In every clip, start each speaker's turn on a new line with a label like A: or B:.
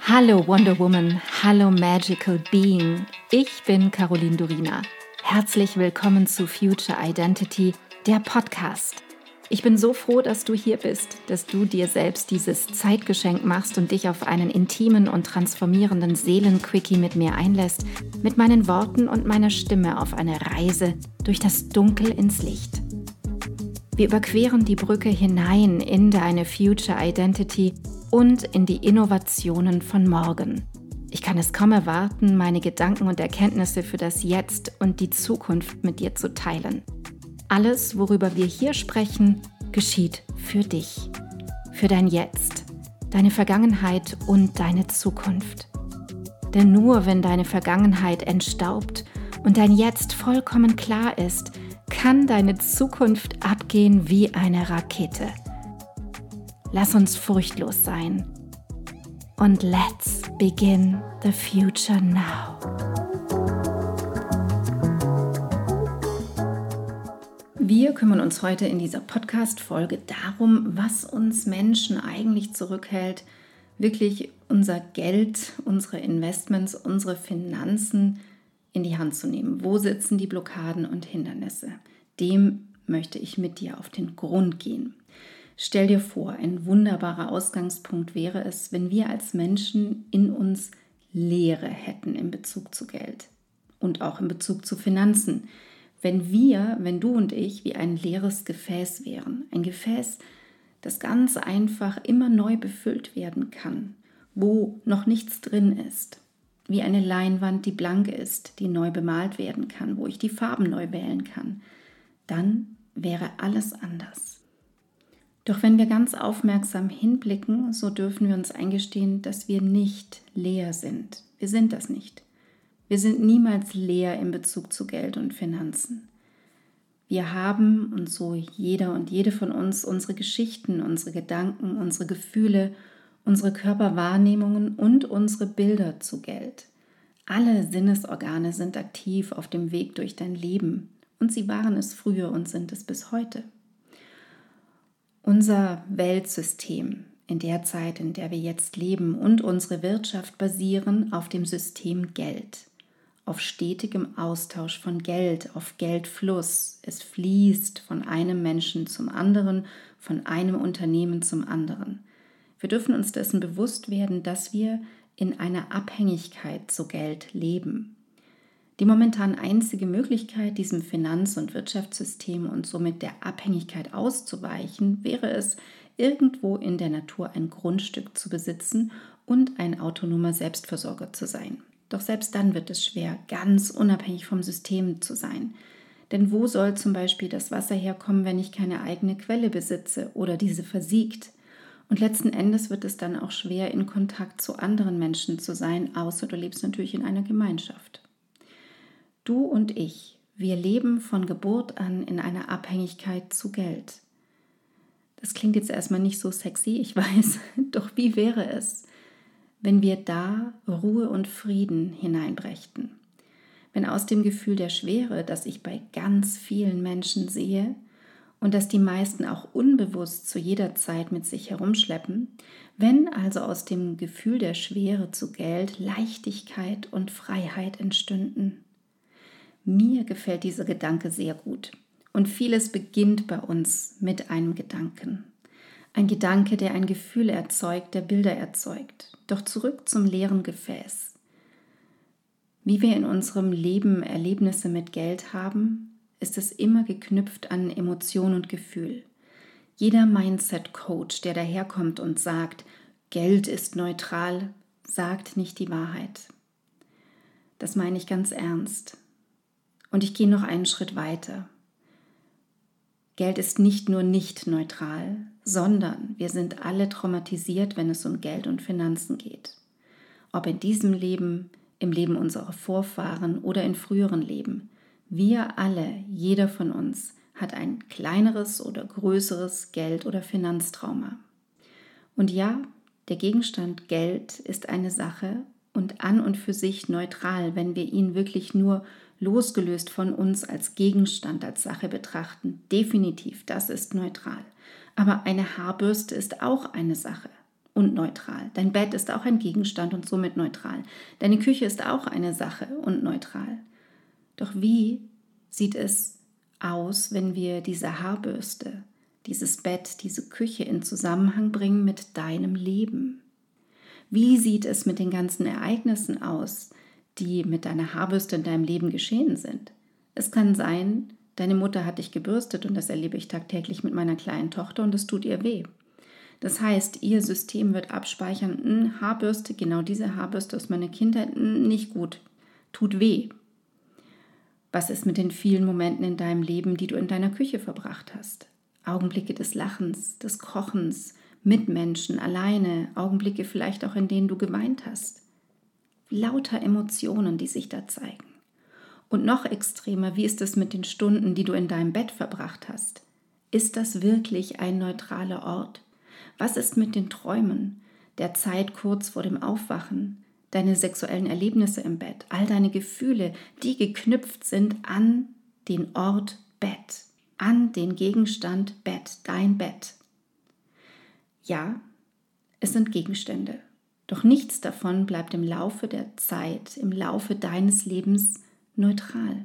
A: Hallo Wonder Woman, hallo Magical Being. Ich bin Caroline Durina. Herzlich willkommen zu Future Identity, der Podcast. Ich bin so froh, dass du hier bist, dass du dir selbst dieses Zeitgeschenk machst und dich auf einen intimen und transformierenden Seelenquickie mit mir einlässt, mit meinen Worten und meiner Stimme auf eine Reise durch das Dunkel ins Licht. Wir überqueren die Brücke hinein in deine Future Identity und in die Innovationen von morgen. Ich kann es kaum erwarten, meine Gedanken und Erkenntnisse für das Jetzt und die Zukunft mit dir zu teilen. Alles, worüber wir hier sprechen, geschieht für dich, für dein Jetzt, deine Vergangenheit und deine Zukunft. Denn nur wenn deine Vergangenheit entstaubt und dein Jetzt vollkommen klar ist, kann deine Zukunft abgehen wie eine Rakete. Lass uns furchtlos sein. Und let's begin the future now. Wir kümmern uns heute in dieser Podcast-Folge darum, was uns Menschen eigentlich zurückhält, wirklich unser Geld, unsere Investments, unsere Finanzen in die Hand zu nehmen. Wo sitzen die Blockaden und Hindernisse? Dem möchte ich mit dir auf den Grund gehen. Stell dir vor, ein wunderbarer Ausgangspunkt wäre es, wenn wir als Menschen in uns Leere hätten in Bezug zu Geld und auch in Bezug zu Finanzen. Wenn du und ich wie ein leeres Gefäß wären. Ein Gefäß, das ganz einfach immer neu befüllt werden kann, wo noch nichts drin ist. Wie eine Leinwand, die blank ist, die neu bemalt werden kann, wo ich die Farben neu wählen kann. Dann wäre alles anders. Doch wenn wir ganz aufmerksam hinblicken, so dürfen wir uns eingestehen, dass wir nicht leer sind. Wir sind das nicht. Wir sind niemals leer in Bezug zu Geld und Finanzen. Wir haben, und so jeder und jede von uns, unsere Geschichten, unsere Gedanken, unsere Gefühle, unsere Körperwahrnehmungen und unsere Bilder zu Geld. Alle Sinnesorgane sind aktiv auf dem Weg durch dein Leben und sie waren es früher und sind es bis heute. Unser Weltsystem in der Zeit, in der wir jetzt leben und unsere Wirtschaft basieren auf dem System Geld, auf stetigem Austausch von Geld, auf Geldfluss. Es fließt von einem Menschen zum anderen, von einem Unternehmen zum anderen. Wir dürfen uns dessen bewusst werden, dass wir in einer Abhängigkeit zu Geld leben. Die momentan einzige Möglichkeit, diesem Finanz- und Wirtschaftssystem und somit der Abhängigkeit auszuweichen, wäre es, irgendwo in der Natur ein Grundstück zu besitzen und ein autonomer Selbstversorger zu sein. Doch selbst dann wird es schwer, ganz unabhängig vom System zu sein. Denn wo soll zum Beispiel das Wasser herkommen, wenn ich keine eigene Quelle besitze oder diese versiegt? Und letzten Endes wird es dann auch schwer, in Kontakt zu anderen Menschen zu sein, außer du lebst natürlich in einer Gemeinschaft. Du und ich, wir leben von Geburt an in einer Abhängigkeit zu Geld. Das klingt jetzt erstmal nicht so sexy, ich weiß, doch wie wäre es, wenn wir da Ruhe und Frieden hineinbrächten? Wenn aus dem Gefühl der Schwere, das ich bei ganz vielen Menschen sehe und das die meisten auch unbewusst zu jeder Zeit mit sich herumschleppen, wenn also aus dem Gefühl der Schwere zu Geld Leichtigkeit und Freiheit entstünden. Mir gefällt dieser Gedanke sehr gut und vieles beginnt bei uns mit einem Gedanken. Ein Gedanke, der ein Gefühl erzeugt, der Bilder erzeugt. Doch zurück zum leeren Gefäß. Wie wir in unserem Leben Erlebnisse mit Geld haben, ist es immer geknüpft an Emotion und Gefühl. Jeder Mindset-Coach, der daherkommt und sagt, Geld ist neutral, sagt nicht die Wahrheit. Das meine ich ganz ernst. Und ich gehe noch einen Schritt weiter. Geld ist nicht nur nicht neutral, sondern wir sind alle traumatisiert, wenn es um Geld und Finanzen geht. Ob in diesem Leben, im Leben unserer Vorfahren oder in früheren Leben. Wir alle, jeder von uns, hat ein kleineres oder größeres Geld- oder Finanztrauma. Und ja, der Gegenstand Geld ist eine Sache und an und für sich neutral, wenn wir ihn wirklich nur losgelöst von uns als Gegenstand, als Sache betrachten. Definitiv, das ist neutral. Aber eine Haarbürste ist auch eine Sache. und neutral. Dein Bett ist auch ein Gegenstand und somit neutral. Deine Küche ist auch eine Sache und neutral. Doch wie sieht es aus, wenn wir diese Haarbürste, dieses Bett, diese Küche in Zusammenhang bringen mit deinem Leben? Wie sieht es mit den ganzen Ereignissen aus, die mit deiner Haarbürste in deinem Leben geschehen sind? Es kann sein, deine Mutter hat dich gebürstet und das erlebe ich tagtäglich mit meiner kleinen Tochter und es tut ihr weh. Das heißt, ihr System wird abspeichern, Haarbürste, genau diese Haarbürste aus meiner Kindheit, nicht gut, tut weh. Was ist mit den vielen Momenten in deinem Leben, die du in deiner Küche verbracht hast? Augenblicke des Lachens, des Kochens, mit Menschen, alleine, Augenblicke vielleicht auch, in denen du geweint hast. Lauter Emotionen, die sich da zeigen. Und noch extremer, wie ist es mit den Stunden, die du in deinem Bett verbracht hast? Ist das wirklich ein neutraler Ort? Was ist mit den Träumen, der Zeit kurz vor dem Aufwachen, deine sexuellen Erlebnisse im Bett, all deine Gefühle, die geknüpft sind an den Ort Bett, an den Gegenstand Bett, dein Bett? Ja, es sind Gegenstände, doch nichts davon bleibt im Laufe der Zeit, im Laufe deines Lebens neutral.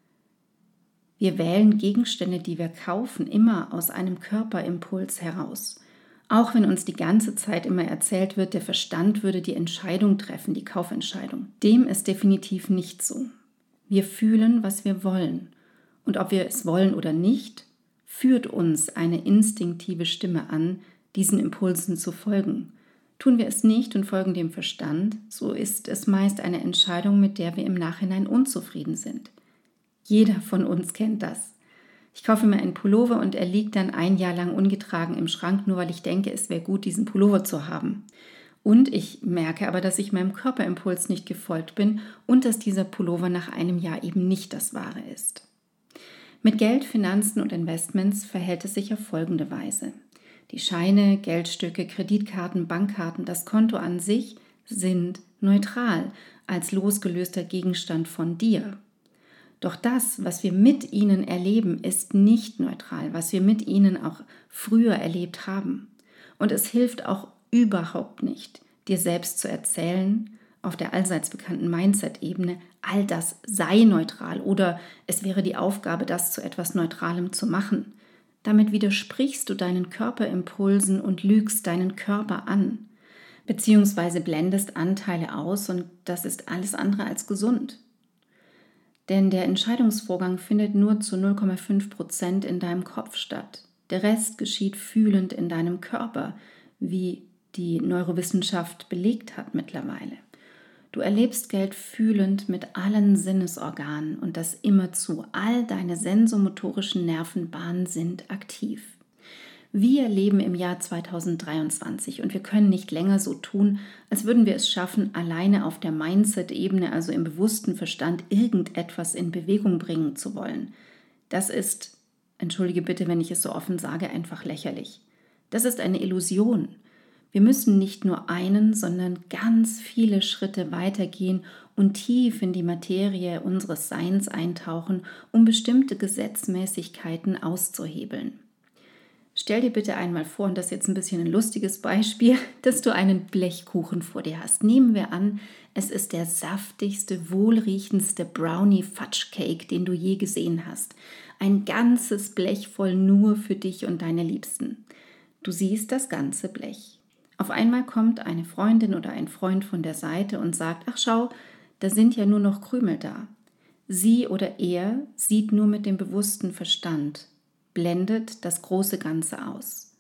A: Wir wählen Gegenstände, die wir kaufen, immer aus einem Körperimpuls heraus. Auch wenn uns die ganze Zeit immer erzählt wird, der Verstand würde die Entscheidung treffen, die Kaufentscheidung. Dem ist definitiv nicht so. Wir fühlen, was wir wollen. Und ob wir es wollen oder nicht, führt uns eine instinktive Stimme an, diesen Impulsen zu folgen. Tun wir es nicht und folgen dem Verstand, so ist es meist eine Entscheidung, mit der wir im Nachhinein unzufrieden sind. Jeder von uns kennt das. Ich kaufe mir einen Pullover und er liegt dann ein Jahr lang ungetragen im Schrank, nur weil ich denke, es wäre gut, diesen Pullover zu haben. Und ich merke aber, dass ich meinem Körperimpuls nicht gefolgt bin und dass dieser Pullover nach einem Jahr eben nicht das Wahre ist. Mit Geld, Finanzen und Investments verhält es sich auf folgende Weise. Die Scheine, Geldstücke, Kreditkarten, Bankkarten, das Konto an sich sind neutral als losgelöster Gegenstand von dir. Doch das, was wir mit ihnen erleben, ist nicht neutral, was wir mit ihnen auch früher erlebt haben. Und es hilft auch überhaupt nicht, dir selbst zu erzählen, auf der allseits bekannten Mindset-Ebene, all das sei neutral oder es wäre die Aufgabe, das zu etwas Neutralem zu machen. Damit widersprichst du deinen Körperimpulsen und lügst deinen Körper an, beziehungsweise blendest Anteile aus und das ist alles andere als gesund. Denn der Entscheidungsvorgang findet nur zu 0,5% in deinem Kopf statt. Der Rest geschieht fühlend in deinem Körper, wie die Neurowissenschaft belegt hat mittlerweile. Du erlebst Geld fühlend mit allen Sinnesorganen und das immerzu. All deine sensomotorischen Nervenbahnen sind aktiv. Wir leben im Jahr 2023 und wir können nicht länger so tun, als würden wir es schaffen, alleine auf der Mindset-Ebene, also im bewussten Verstand, irgendetwas in Bewegung bringen zu wollen. Das ist, entschuldige bitte, wenn ich es so offen sage, einfach lächerlich. Das ist eine Illusion. Wir müssen nicht nur einen, sondern ganz viele Schritte weitergehen und tief in die Materie unseres Seins eintauchen, um bestimmte Gesetzmäßigkeiten auszuhebeln. Stell dir bitte einmal vor, und das ist jetzt ein bisschen ein lustiges Beispiel, dass du einen Blechkuchen vor dir hast. Nehmen wir an, es ist der saftigste, wohlriechendste Brownie-Fudge-Cake, den du je gesehen hast. Ein ganzes Blech voll nur für dich und deine Liebsten. Du siehst das ganze Blech. Auf einmal kommt eine Freundin oder ein Freund von der Seite und sagt, ach schau, da sind ja nur noch Krümel da. Sie oder er sieht nur mit dem bewussten Verstand, blendet das große Ganze aus.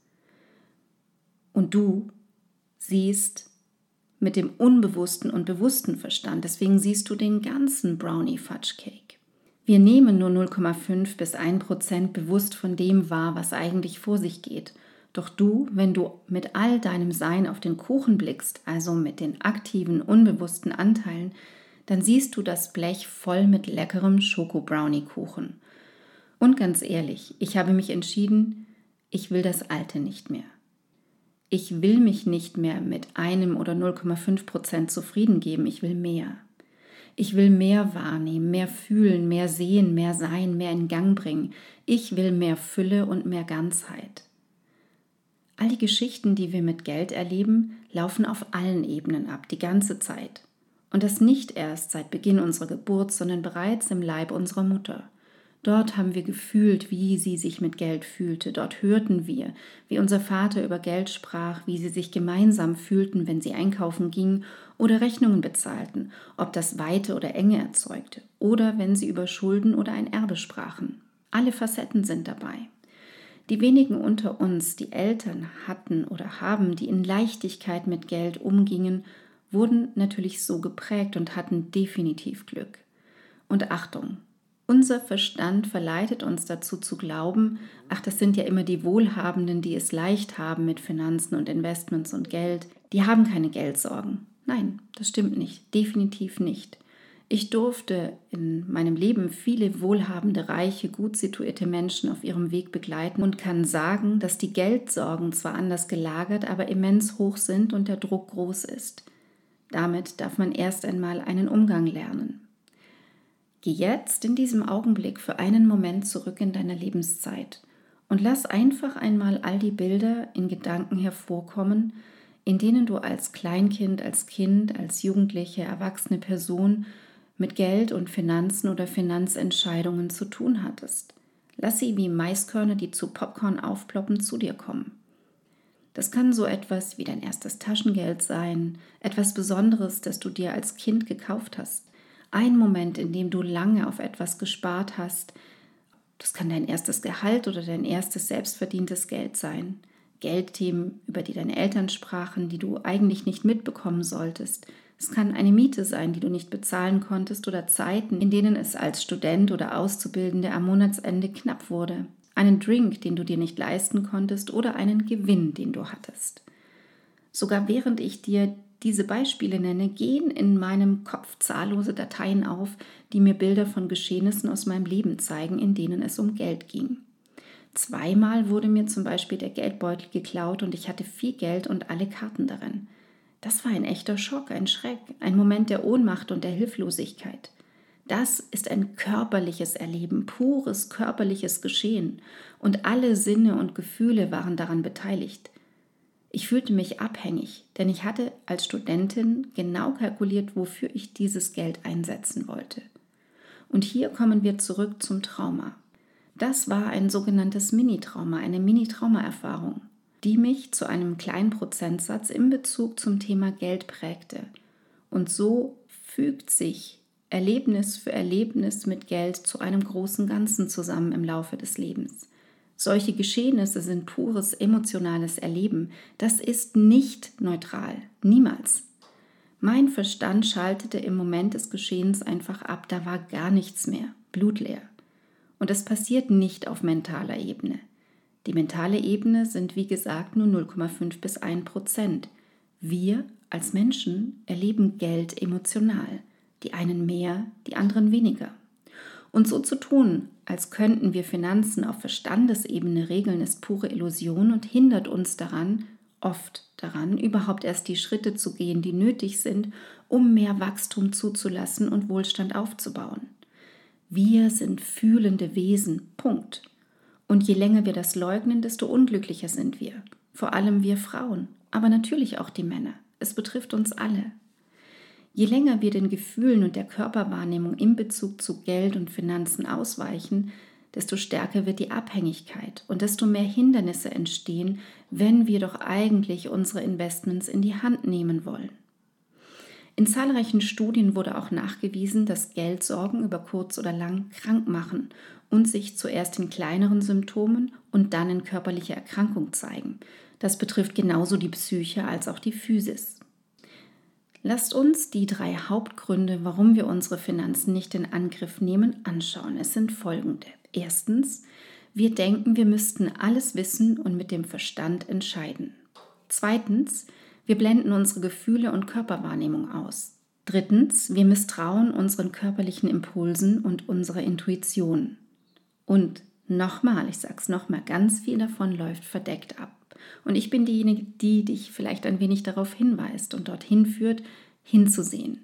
A: Und du siehst mit dem unbewussten und bewussten Verstand, deswegen siehst du den ganzen Brownie Fudge Cake. Wir nehmen nur 0,5 bis 1% bewusst von dem wahr, was eigentlich vor sich geht. Doch du, wenn du mit all deinem Sein auf den Kuchen blickst, also mit den aktiven, unbewussten Anteilen, dann siehst du das Blech voll mit leckerem Schoko-Brownie-Kuchen. Und ganz ehrlich, ich habe mich entschieden, ich will das Alte nicht mehr. Ich will mich nicht mehr mit 1 oder 0,5% zufrieden geben, ich will mehr. Ich will mehr wahrnehmen, mehr fühlen, mehr sehen, mehr sein, mehr in Gang bringen. Ich will mehr Fülle und mehr Ganzheit. All die Geschichten, die wir mit Geld erleben, laufen auf allen Ebenen ab, die ganze Zeit. Und das nicht erst seit Beginn unserer Geburt, sondern bereits im Leib unserer Mutter. Dort haben wir gefühlt, wie sie sich mit Geld fühlte. Dort hörten wir, wie unser Vater über Geld sprach, wie sie sich gemeinsam fühlten, wenn sie einkaufen gingen oder Rechnungen bezahlten, ob das Weite oder Enge erzeugte, oder wenn sie über Schulden oder ein Erbe sprachen. Alle Facetten sind dabei. Die wenigen unter uns, die Eltern hatten oder haben, die in Leichtigkeit mit Geld umgingen, wurden natürlich so geprägt und hatten definitiv Glück. Und Achtung, unser Verstand verleitet uns dazu zu glauben, ach, das sind ja immer die Wohlhabenden, die es leicht haben mit Finanzen und Investments und Geld, die haben keine Geldsorgen. Nein, das stimmt nicht, definitiv nicht. Ich durfte in meinem Leben viele wohlhabende, reiche, gut situierte Menschen auf ihrem Weg begleiten und kann sagen, dass die Geldsorgen zwar anders gelagert, aber immens hoch sind und der Druck groß ist. Damit darf man erst einmal einen Umgang lernen. Geh jetzt in diesem Augenblick für einen Moment zurück in deiner Lebenszeit und lass einfach einmal all die Bilder in Gedanken hervorkommen, in denen du als Kleinkind, als Kind, als jugendliche, erwachsene Person mit Geld und Finanzen oder Finanzentscheidungen zu tun hattest. Lass sie wie Maiskörner, die zu Popcorn aufploppen, zu dir kommen. Das kann so etwas wie dein erstes Taschengeld sein, etwas Besonderes, das du dir als Kind gekauft hast. Ein Moment, in dem du lange auf etwas gespart hast. Das kann dein erstes Gehalt oder dein erstes selbstverdientes Geld sein. Geldthemen, über die deine Eltern sprachen, die du eigentlich nicht mitbekommen solltest. Es kann eine Miete sein, die du nicht bezahlen konntest, oder Zeiten, in denen es als Student oder Auszubildende am Monatsende knapp wurde. Einen Drink, den du dir nicht leisten konntest, oder einen Gewinn, den du hattest. Sogar während ich dir diese Beispiele nenne, gehen in meinem Kopf zahllose Dateien auf, die mir Bilder von Geschehnissen aus meinem Leben zeigen, in denen es um Geld ging. Zweimal wurde mir zum Beispiel der Geldbeutel geklaut und ich hatte viel Geld und alle Karten darin. Das war ein echter Schock, ein Schreck, ein Moment der Ohnmacht und der Hilflosigkeit. Das ist ein körperliches Erleben, pures körperliches Geschehen und alle Sinne und Gefühle waren daran beteiligt. Ich fühlte mich abhängig, denn ich hatte als Studentin genau kalkuliert, wofür ich dieses Geld einsetzen wollte. Und hier kommen wir zurück zum Trauma. Das war ein sogenanntes Mini-Trauma, eine Mini-Trauma-Erfahrung, die mich zu einem kleinen Prozentsatz in Bezug zum Thema Geld prägte. Und so fügt sich Erlebnis für Erlebnis mit Geld zu einem großen Ganzen zusammen im Laufe des Lebens. Solche Geschehnisse sind pures emotionales Erleben. Das ist nicht neutral, niemals. Mein Verstand schaltete im Moment des Geschehens einfach ab, da war gar nichts mehr, blutleer. Und es passiert nicht auf mentaler Ebene. Die mentale Ebene sind, wie gesagt, nur 0,5 bis 1%. Wir als Menschen erleben Geld emotional. Die einen mehr, die anderen weniger. Und so zu tun, als könnten wir Finanzen auf Verstandesebene regeln, ist pure Illusion und hindert uns oft daran, überhaupt erst die Schritte zu gehen, die nötig sind, um mehr Wachstum zuzulassen und Wohlstand aufzubauen. Wir sind fühlende Wesen, Punkt. Und je länger wir das leugnen, desto unglücklicher sind wir. Vor allem wir Frauen, aber natürlich auch die Männer. Es betrifft uns alle. Je länger wir den Gefühlen und der Körperwahrnehmung in Bezug zu Geld und Finanzen ausweichen, desto stärker wird die Abhängigkeit und desto mehr Hindernisse entstehen, wenn wir doch eigentlich unsere Investments in die Hand nehmen wollen. In zahlreichen Studien wurde auch nachgewiesen, dass Geldsorgen über kurz oder lang krank machen und sich zuerst in kleineren Symptomen und dann in körperlicher Erkrankung zeigen. Das betrifft genauso die Psyche als auch die Physis. Lasst uns die 3 Hauptgründe, warum wir unsere Finanzen nicht in Angriff nehmen, anschauen. Es sind folgende. Erstens, wir denken, wir müssten alles wissen und mit dem Verstand entscheiden. Zweitens, wir blenden unsere Gefühle und Körperwahrnehmung aus. Drittens, wir misstrauen unseren körperlichen Impulsen und unserer Intuition. Und nochmal, ich sag's nochmal, ganz viel davon läuft verdeckt ab. Und ich bin diejenige, die dich vielleicht ein wenig darauf hinweist und dorthin führt, hinzusehen.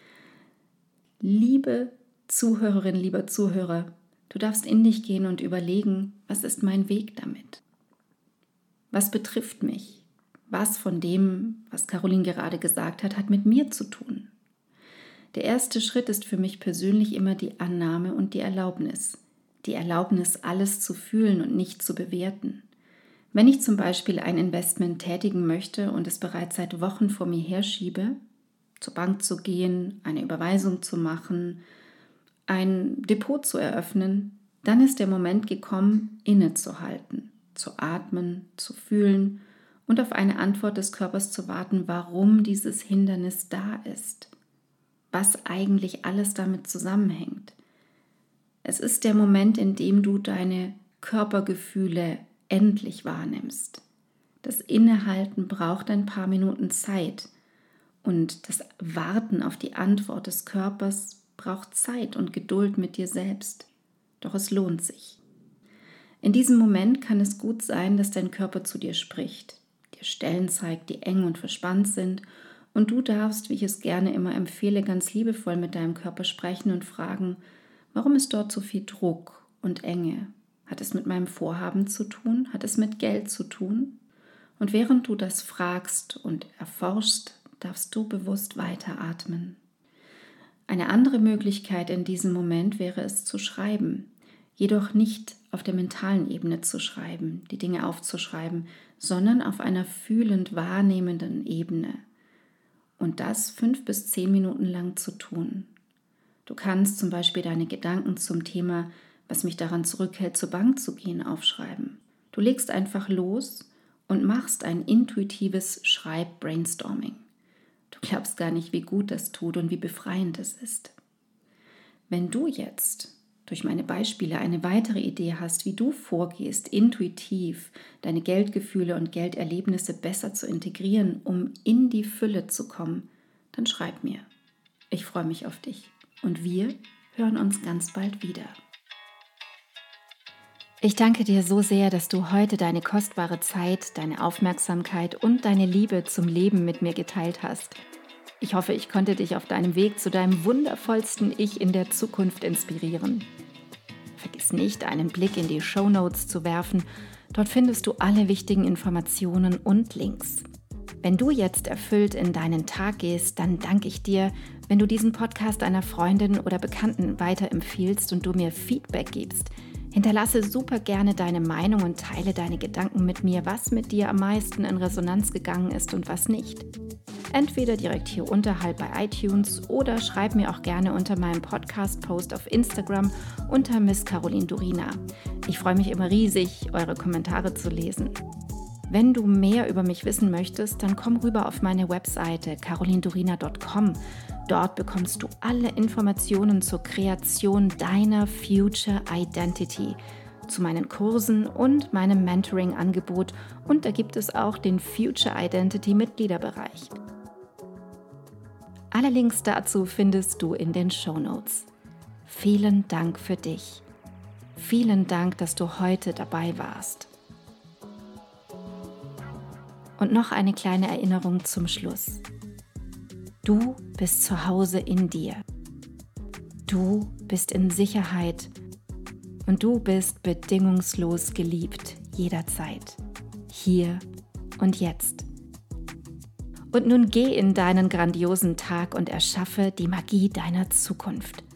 A: Liebe Zuhörerin, lieber Zuhörer, du darfst in dich gehen und überlegen, was ist mein Weg damit? Was betrifft mich? Was von dem, was Caroline gerade gesagt hat, hat mit mir zu tun? Der erste Schritt ist für mich persönlich immer die Annahme und die Erlaubnis. Die Erlaubnis, alles zu fühlen und nicht zu bewerten. Wenn ich zum Beispiel ein Investment tätigen möchte und es bereits seit Wochen vor mir herschiebe, zur Bank zu gehen, eine Überweisung zu machen, ein Depot zu eröffnen, dann ist der Moment gekommen, innezuhalten, zu atmen, zu fühlen und auf eine Antwort des Körpers zu warten, warum dieses Hindernis da ist, was eigentlich alles damit zusammenhängt. Es ist der Moment, in dem du deine Körpergefühle endlich wahrnimmst. Das Innehalten braucht ein paar Minuten Zeit und das Warten auf die Antwort des Körpers braucht Zeit und Geduld mit dir selbst. Doch es lohnt sich. In diesem Moment kann es gut sein, dass dein Körper zu dir spricht, dir Stellen zeigt, die eng und verspannt sind und du darfst, wie ich es gerne immer empfehle, ganz liebevoll mit deinem Körper sprechen und fragen, warum ist dort so viel Druck und Enge? Hat es mit meinem Vorhaben zu tun? Hat es mit Geld zu tun? Und während du das fragst und erforschst, darfst du bewusst weiteratmen. Eine andere Möglichkeit in diesem Moment wäre es zu schreiben, jedoch nicht auf der mentalen Ebene zu schreiben, die Dinge aufzuschreiben, sondern auf einer fühlend wahrnehmenden Ebene. Und das 5 bis 10 Minuten lang zu tun. Du kannst zum Beispiel deine Gedanken zum Thema, was mich daran zurückhält, zur Bank zu gehen, aufschreiben. Du legst einfach los und machst ein intuitives Schreib-Brainstorming. Du glaubst gar nicht, wie gut das tut und wie befreiend es ist. Wenn du jetzt durch meine Beispiele eine weitere Idee hast, wie du vorgehst, intuitiv deine Geldgefühle und Gelderlebnisse besser zu integrieren, um in die Fülle zu kommen, dann schreib mir. Ich freue mich auf dich und wir hören uns ganz bald wieder. Ich danke dir so sehr, dass du heute deine kostbare Zeit, deine Aufmerksamkeit und deine Liebe zum Leben mit mir geteilt hast. Ich hoffe, ich konnte dich auf deinem Weg zu deinem wundervollsten Ich in der Zukunft inspirieren. Vergiss nicht, einen Blick in die Shownotes zu werfen. Dort findest du alle wichtigen Informationen und Links. Wenn du jetzt erfüllt in deinen Tag gehst, dann danke ich dir, wenn du diesen Podcast einer Freundin oder Bekannten weiterempfiehlst und du mir Feedback gibst. Hinterlasse super gerne deine Meinung und teile deine Gedanken mit mir, was mit dir am meisten in Resonanz gegangen ist und was nicht. Entweder direkt hier unterhalb bei iTunes oder schreib mir auch gerne unter meinem Podcast-Post auf Instagram unter Miss Caroline Durina. Ich freue mich immer riesig, eure Kommentare zu lesen. Wenn du mehr über mich wissen möchtest, dann komm rüber auf meine Webseite carolinedurina.com. Dort bekommst du alle Informationen zur Kreation deiner Future Identity, zu meinen Kursen und meinem Mentoring-Angebot und da gibt es auch den Future Identity Mitgliederbereich. Alle Links dazu findest du in den Shownotes. Vielen Dank für dich. Vielen Dank, dass du heute dabei warst. Und noch eine kleine Erinnerung zum Schluss. Du bist zu Hause in dir. Du bist in Sicherheit und du bist bedingungslos geliebt, jederzeit, hier und jetzt. Und nun geh in deinen grandiosen Tag und erschaffe die Magie deiner Zukunft.